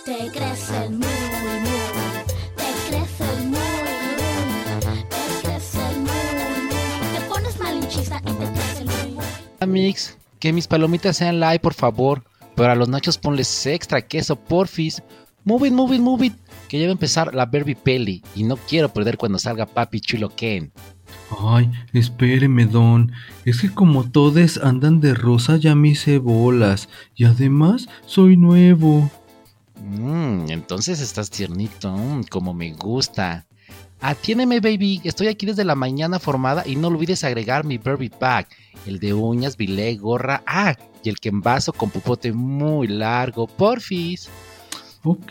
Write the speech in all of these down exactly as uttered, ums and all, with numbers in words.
Te crece el muy, muy, te crece el muy, muy, te crece el muy, muy, te pones malinchista y te crece el muy, muy. Mix, que mis palomitas sean light, por favor, pero a los nachos ponles extra queso, porfis. Move it, move it, move it, que ya va a empezar la Barbie Peli y no quiero perder cuando salga Papi Chulo Ken. Ay, espéreme, don. Es que como todes andan de rosa ya me hice bolas. Y además soy nuevo. Mmm, entonces estás tiernito, mm, como me gusta. Atiéndeme, baby, estoy aquí desde la mañana formada y no olvides agregar mi Barbie Pack, el de uñas, bilé, gorra, ah, y el que envaso con pupote muy largo, porfis. Ok.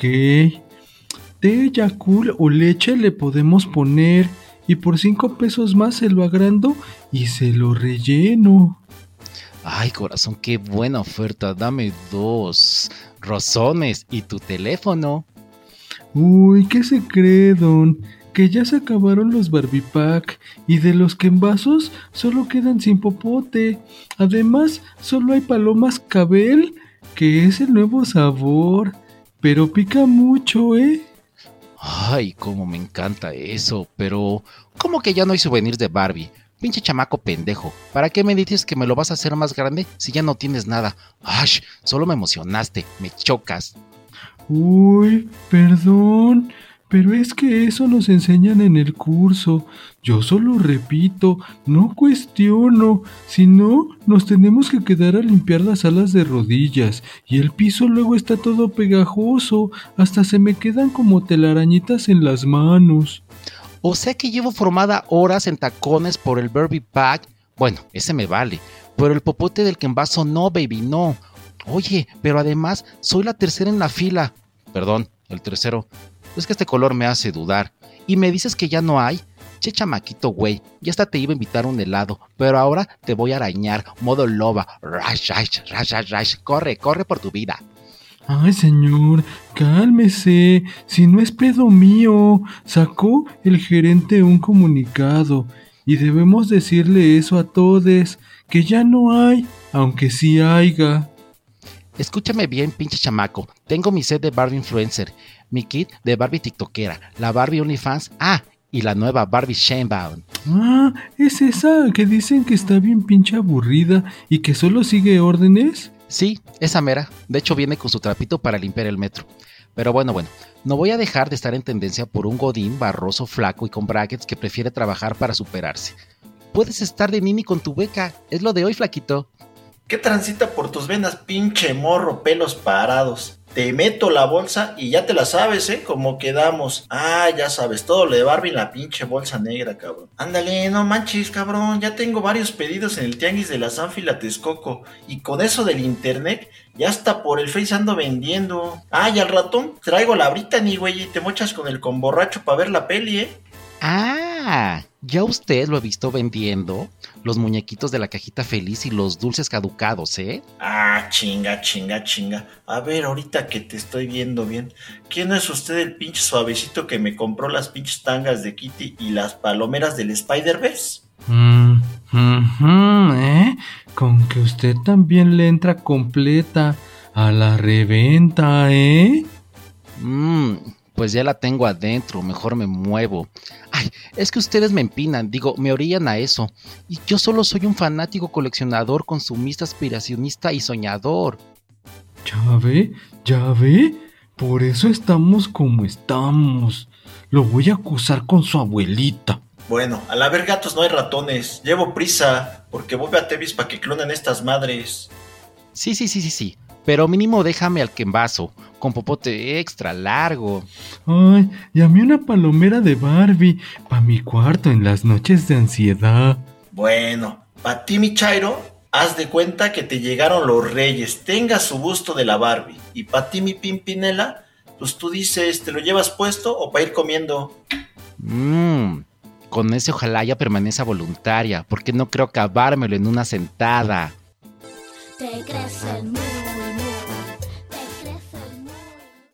Té, Yakult o leche le podemos poner. Y por cinco pesos más se lo agrando y se lo relleno. Ay, corazón, qué buena oferta, dame dos rosones y tu teléfono. Uy, ¿qué se cree, don? Que ya se acabaron los Barbie Pack y de los que envasos solo quedan sin popote. Además, solo hay palomas Cabel, que es el nuevo sabor. Pero pica mucho, ¿eh? Ay, cómo me encanta eso, pero ¿cómo que ya no hay souvenirs de Barbie? Pinche chamaco pendejo, ¿para qué me dices que me lo vas a hacer más grande si ya no tienes nada? ¡Ay! Solo me emocionaste, me chocas. Uy, perdón, pero es que eso nos enseñan en el curso. Yo solo repito, no cuestiono. Si no, nos tenemos que quedar a limpiar las alas de rodillas. Y el piso luego está todo pegajoso. Hasta se me quedan como telarañitas en las manos. O sea que llevo formada horas en tacones por el Barbie Pack. Bueno, ese me vale. Pero el popote del que envaso no, baby, no. Oye, pero además soy la tercera en la fila. Perdón, el tercero. Es que este color me hace dudar. ¿Y me dices que ya no hay? Che chamaquito, güey. Ya hasta te iba a invitar un helado. Pero ahora te voy a arañar. Modo loba. Rash, rash, rash, rash, rash. Corre, corre por tu vida. Ay, señor, cálmese. Si no es pedo mío. Sacó el gerente un comunicado. Y debemos decirle eso a todos. Que ya no hay, aunque sí haya. Escúchame bien, pinche chamaco. Tengo mi set de Barbie Influencer, mi kit de Barbie TikTokera, la Barbie OnlyFans, ah, y la nueva Barbie Shamebound. Ah, es esa que dicen que está bien pinche aburrida y que solo sigue órdenes. Sí, esa mera. De hecho viene con su trapito para limpiar el metro. Pero bueno, bueno, no voy a dejar de estar en tendencia por un godín barroso, flaco y con brackets que prefiere trabajar para superarse. Puedes estar de nini con tu beca, es lo de hoy, flaquito. ¿Qué transita por tus venas, pinche morro, pelos parados? Te meto la bolsa y ya te la sabes, ¿eh? Como quedamos. Ah, ya sabes, todo lo de Barbie en la pinche bolsa negra, cabrón. Ándale, no manches, cabrón. Ya tengo varios pedidos en el tianguis de la Sanfila Texcoco. Y con eso del internet, ya hasta por el Face ando vendiendo. Ah, y al ratón traigo la Brittany, güey, y te mochas con el conborracho para ver la peli, ¿eh? Ah, ya usted lo ha visto vendiendo los muñequitos de la cajita feliz y los dulces caducados, ¿eh? Ah, chinga, chinga, chinga. A ver, ahorita que te estoy viendo bien, ¿quién no es usted el pinche suavecito que me compró las pinches tangas de Kitty y las palomeras del Spider-Verse? Mm, mm, ¿eh? Con que usted también le entra completa a la reventa, ¿eh? Mmm, pues ya la tengo adentro, mejor me muevo. Ay, es que ustedes me empinan, digo, me orillan a eso. Y yo solo soy un fanático coleccionador, consumista, aspiracionista y soñador. ¿Ya ve? ¿Ya ve? Por eso estamos como estamos. Lo voy a acusar con su abuelita. Bueno, al haber gatos no hay ratones. Llevo prisa, porque voy a Tevis para que clonen estas madres. Sí, sí, sí, sí, sí. Pero mínimo déjame al que envaso, con popote extra largo. Ay, y a mí una palomera de Barbie, pa' mi cuarto en las noches de ansiedad. Bueno, pa' ti, mi Chairo, haz de cuenta que te llegaron los reyes, tenga su busto de la Barbie. Y pa' ti, mi Pimpinela, pues tú dices, ¿te lo llevas puesto o pa' ir comiendo? Mmm, con ese ojalá ya permanezca voluntaria, porque no creo acabármelo en una sentada. Te crece el muy,